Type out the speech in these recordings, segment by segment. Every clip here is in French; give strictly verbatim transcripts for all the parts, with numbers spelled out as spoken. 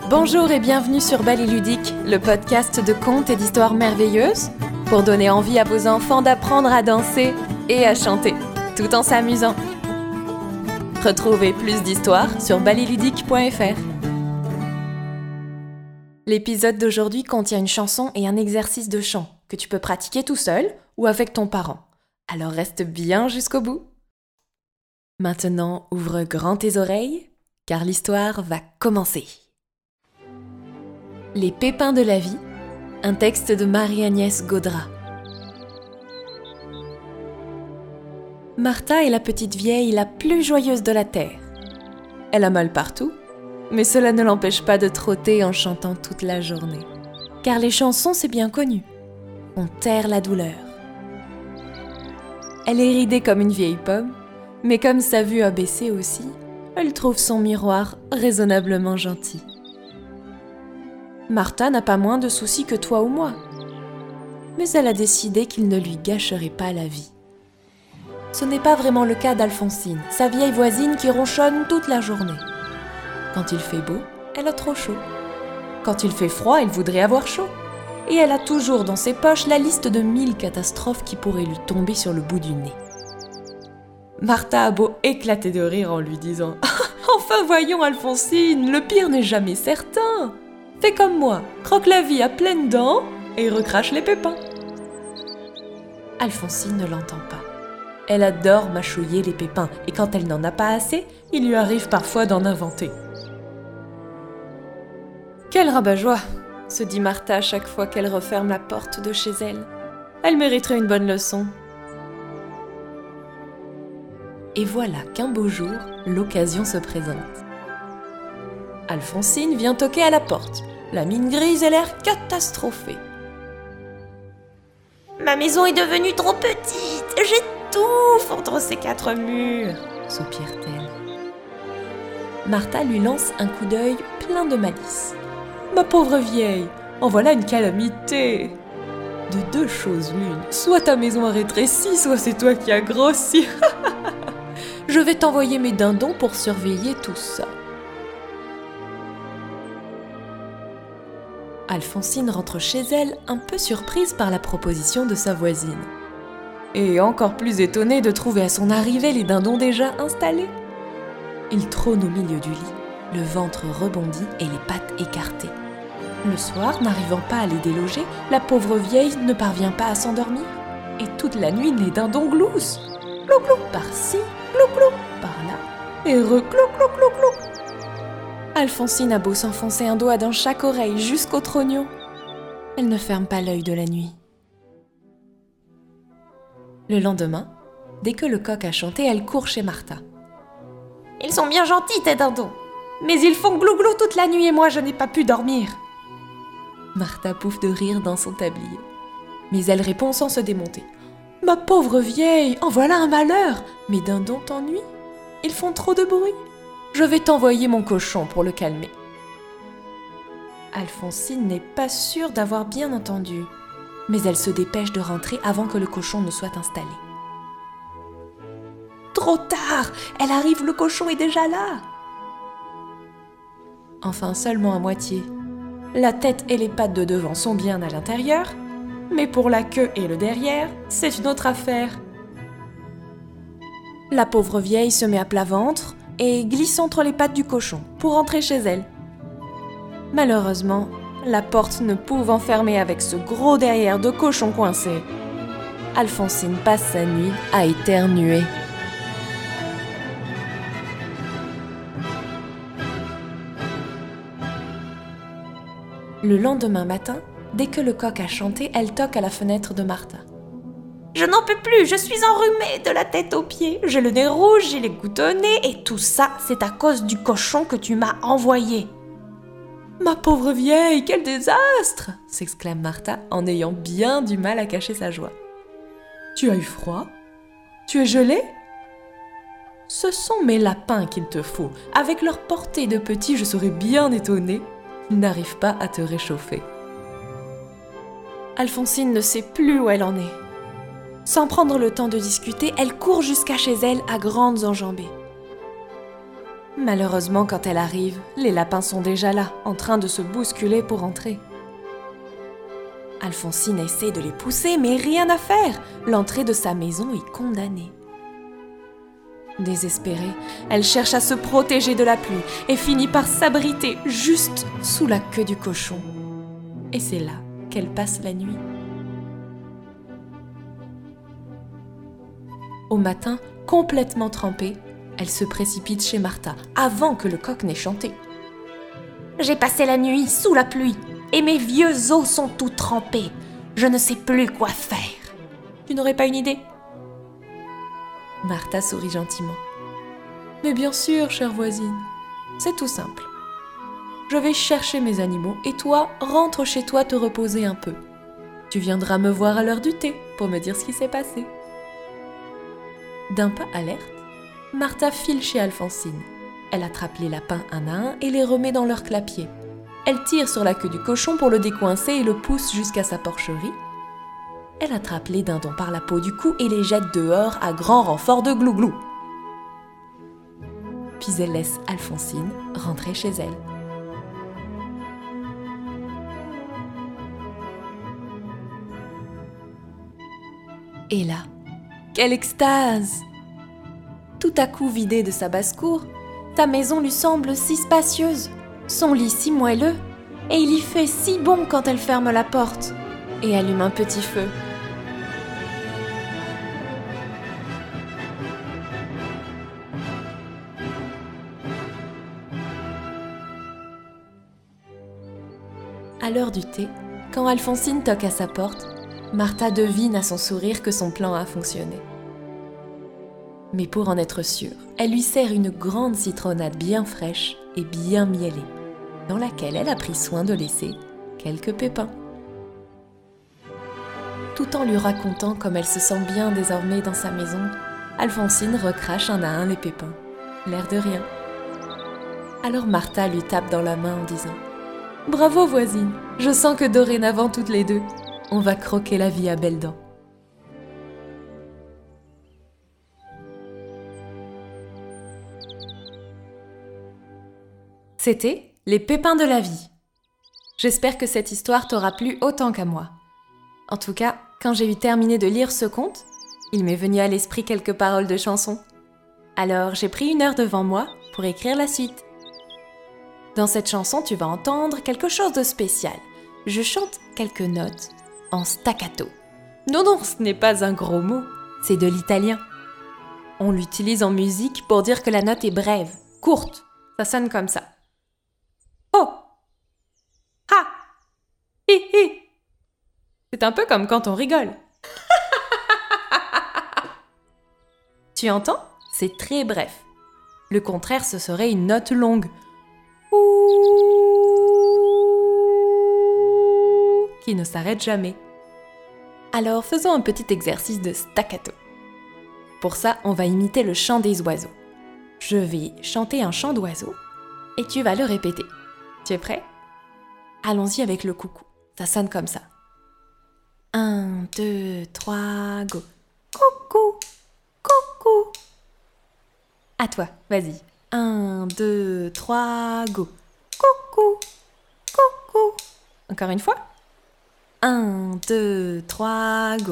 Bonjour et bienvenue sur Bali Ludique, le podcast de contes et d'histoires merveilleuses pour donner envie à vos enfants d'apprendre à danser et à chanter, tout en s'amusant. Retrouvez plus d'histoires sur bali ludique point f r. L'épisode d'aujourd'hui contient une chanson et un exercice de chant que tu peux pratiquer tout seul ou avec ton parent. Alors reste bien jusqu'au bout. Maintenant, ouvre grand tes oreilles, car l'histoire va commencer. Les pépins de la vie, un texte de Marie-Agnès Gaudrat. Martha est la petite vieille la plus joyeuse de la terre. Elle a mal partout, mais cela ne l'empêche pas de trotter en chantant toute la journée. Car les chansons, c'est bien connu, on terre la douleur. Elle est ridée comme une vieille pomme, mais comme sa vue a baissé aussi, elle trouve son miroir raisonnablement gentil. Martha n'a pas moins de soucis que toi ou moi, mais elle a décidé qu'il ne lui gâcherait pas la vie. Ce n'est pas vraiment le cas d'Alphonsine, sa vieille voisine qui ronchonne toute la journée. Quand il fait beau, elle a trop chaud. Quand il fait froid, elle voudrait avoir chaud. Et elle a toujours dans ses poches la liste de mille catastrophes qui pourraient lui tomber sur le bout du nez. Martha a beau éclater de rire en lui disant « Enfin voyons Alphonsine, le pire n'est jamais certain. Fais comme moi, croque la vie à pleines dents et recrache les pépins. » Alphonsine ne l'entend pas. Elle adore mâchouiller les pépins et quand elle n'en a pas assez, il lui arrive parfois d'en inventer. Quel rabat-joie, se dit Martha à chaque fois qu'elle referme la porte de chez elle. Elle mériterait une bonne leçon. Et voilà qu'un beau jour, l'occasion se présente. Alphonsine vient toquer à la porte, la mine grise et l'air catastrophée. « Ma maison est devenue trop petite, j'étouffe entre ces quatre murs !» soupire-t-elle. Martha lui lance un coup d'œil plein de malice. « Ma pauvre vieille, en voilà une calamité ! De deux choses l'une, soit ta maison a rétréci, soit c'est toi qui as grossi. Je vais t'envoyer mes dindons pour surveiller tout ça. » Alphonsine rentre chez elle un peu surprise par la proposition de sa voisine. Et encore plus étonnée de trouver à son arrivée les dindons déjà installés. Ils trônent au milieu du lit, le ventre rebondi et les pattes écartées. Le soir, n'arrivant pas à les déloger, la pauvre vieille ne parvient pas à s'endormir. Et toute la nuit, les dindons gloussent. Clou-clou par-ci, clou-clou par-là, et re-clou-clou-clou-clou. Alphonsine a beau s'enfoncer un doigt dans chaque oreille jusqu'au trognon, elle ne ferme pas l'œil de la nuit. Le lendemain, dès que le coq a chanté, elle court chez Martha. « Ils sont bien gentils, tes dindons, mais ils font glou-glou toute la nuit et moi je n'ai pas pu dormir. » Martha pouffe de rire dans son tablier, mais elle répond sans se démonter. « Ma pauvre vieille, en voilà un malheur, mes dindons t'ennuient, ils font trop de bruit. Je vais t'envoyer mon cochon pour le calmer. » Alphonsine n'est pas sûre d'avoir bien entendu, mais elle se dépêche de rentrer avant que le cochon ne soit installé. Trop tard, elle arrive, le cochon est déjà là. Enfin, seulement à moitié. La tête et les pattes de devant sont bien à l'intérieur, mais pour la queue et le derrière, c'est une autre affaire. La pauvre vieille se met à plat ventre et glisse entre les pattes du cochon pour rentrer chez elle. Malheureusement, la porte ne pouvant fermer avec ce gros derrière de cochon coincé, Alphonsine passe sa nuit à éternuer. Le lendemain matin, dès que le coq a chanté, elle toque à la fenêtre de Martha. « Je n'en peux plus, je suis enrhumée de la tête aux pieds, j'ai le nez rouge, j'ai les gouttes au nez, et tout ça, c'est à cause du cochon que tu m'as envoyé. »« Ma pauvre vieille, quel désastre !» s'exclame Martha en ayant bien du mal à cacher sa joie. « Tu as eu froid ? Tu es gelée ? Ce sont mes lapins qu'il te faut. Avec leur portée de petits, je serais bien étonnée. Ils n'arrivent pas à te réchauffer. » Alphonsine ne sait plus où elle en est. Sans prendre le temps de discuter, elle court jusqu'à chez elle à grandes enjambées. « Malheureusement, quand elle arrive, les lapins sont déjà là, en train de se bousculer pour entrer. Alphonsine essaie de les pousser, mais rien à faire. L'entrée de sa maison est condamnée. Désespérée, elle cherche à se protéger de la pluie et finit par s'abriter juste sous la queue du cochon. Et c'est là qu'elle passe la nuit. Au matin, complètement trempée, elle se précipite chez Martha avant que le coq n'ait chanté. « J'ai passé la nuit sous la pluie et mes vieux os sont tout trempés. Je ne sais plus quoi faire. Tu n'aurais pas une idée ?» Martha sourit gentiment. « Mais bien sûr, chère voisine, c'est tout simple. Je vais chercher mes animaux et toi, rentre chez toi te reposer un peu. Tu viendras me voir à l'heure du thé pour me dire ce qui s'est passé. » D'un pas alerte, Martha file chez Alphonsine. Elle attrape les lapins un à un et les remet dans leur clapier. Elle tire sur la queue du cochon pour le décoincer et le pousse jusqu'à sa porcherie. Elle attrape les dindons par la peau du cou et les jette dehors à grand renfort de glouglou. Puis elle laisse Alphonsine rentrer chez elle. Et là, quelle extase! Tout à coup vidée de sa basse-cour, ta maison lui semble si spacieuse, son lit si moelleux, et il y fait si bon quand elle ferme la porte et allume un petit feu. À l'heure du thé, quand Alphonsine toque à sa porte, Martha devine à son sourire que son plan a fonctionné. Mais pour en être sûre, elle lui sert une grande citronnade bien fraîche et bien miellée, dans laquelle elle a pris soin de laisser quelques pépins. Tout en lui racontant comme elle se sent bien désormais dans sa maison, Alphonsine recrache un à un les pépins, l'air de rien. Alors Martha lui tape dans la main en disant « Bravo voisine, je sens que dorénavant toutes les deux, on va croquer la vie à belles dents. » C'était Les pépins de la vie. J'espère que cette histoire t'aura plu autant qu'à moi. En tout cas, quand j'ai eu terminé de lire ce conte, il m'est venu à l'esprit quelques paroles de chansons. Alors j'ai pris une heure devant moi pour écrire la suite. Dans cette chanson, tu vas entendre quelque chose de spécial. Je chante quelques notes en staccato. Non, non, ce n'est pas un gros mot, c'est de l'italien. On l'utilise en musique pour dire que la note est brève, courte. Ça sonne comme ça. Oh! Ha! Hi hi! C'est un peu comme quand on rigole. Tu entends? C'est très bref. Le contraire, ce serait une note longue. Ouh, qui ne s'arrête jamais. Alors, faisons un petit exercice de staccato. Pour ça, on va imiter le chant des oiseaux. Je vais chanter un chant d'oiseau et tu vas le répéter. Tu es prêt? Allons-y avec le coucou. Ça sonne comme ça. Un, deux, trois, go. Coucou, coucou. À toi, vas-y. Un, deux, trois, go. Coucou, coucou. Encore une fois. Un, deux, trois, go.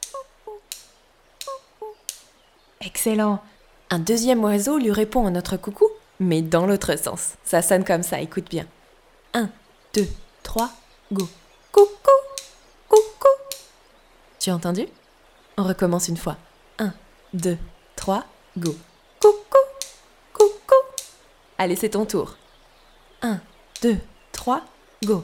Excellent. Un deuxième oiseau lui répond à notre coucou, mais dans l'autre sens. Ça sonne comme ça, écoute bien. Un, deux, trois, go. Coucou, coucou. Tu as entendu? On recommence une fois. Un, deux, trois, go. Coucou, coucou. Allez, c'est ton tour. Un, deux, trois, go.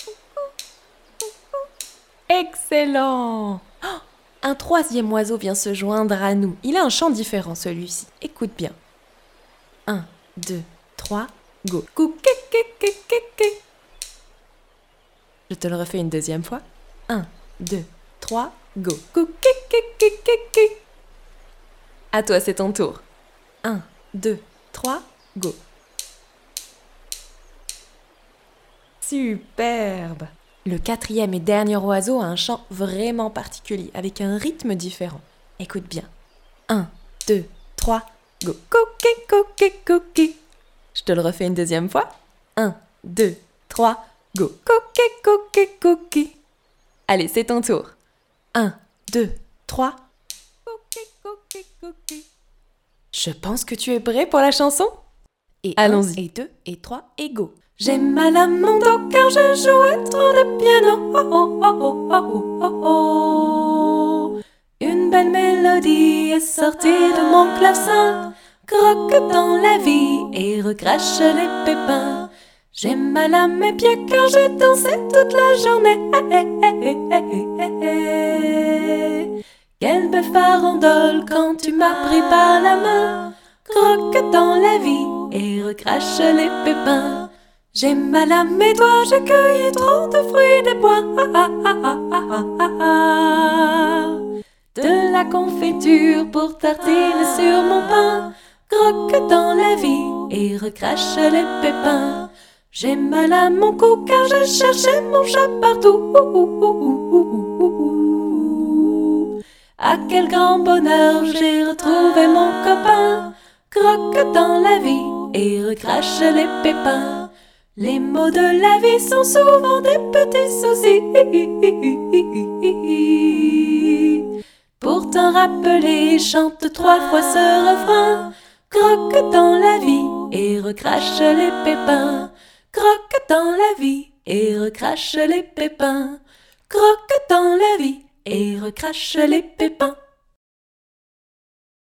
Excellent! Oh, un troisième oiseau vient se joindre à nous. Il a un chant différent, celui-ci. Écoute bien. Un, deux, trois, go. Couquet-quet-quet-quet-quet. Je te le refais une deuxième fois. Un, deux, trois, go. Couquet-quet-quet-quet-quet. À toi, c'est ton tour. Un, deux, trois, go. Superbe! Le quatrième et dernier oiseau a un chant vraiment particulier, avec un rythme différent. Écoute bien. Un, deux, trois, go. Coquet, coquet, coquet. Je te le refais une deuxième fois. Un, deux, trois, go. Coquet, coquet, coquet. Allez, c'est ton tour. Un, deux, trois. Coquet, coquet, coquet. Je pense que tu es prêt pour la chanson. Et allons-y. Un, et deux, et trois, et go. J'ai mal à mon dos car je jouais trop de piano. Oh, oh, oh, oh, oh, oh, oh. Une belle mélodie est sortie de mon clavecin. Croque dans la vie et recrache les pépins. J'ai mal à mes pieds car j'ai dansé toute la journée. Quelle belle farandole quand tu m'as pris par la main. Croque dans la vie et recrache les pépins. J'ai mal à mes doigts, j'ai cueilli trop de fruits des bois. De la confiture pour tartiner sur mon pain. Croque dans la vie et recrache les pépins. J'ai mal à mon cou car je cherchais mon chat partout. À quel grand bonheur j'ai retrouvé mon copain. Croque dans la vie et recrache les pépins. Les maux de la vie sont souvent des petits soucis. Pour t'en rappeler, chante trois fois ce refrain. Croque dans la vie et recrache les pépins. Croque dans la vie et recrache les pépins. Croque dans la vie et recrache les pépins.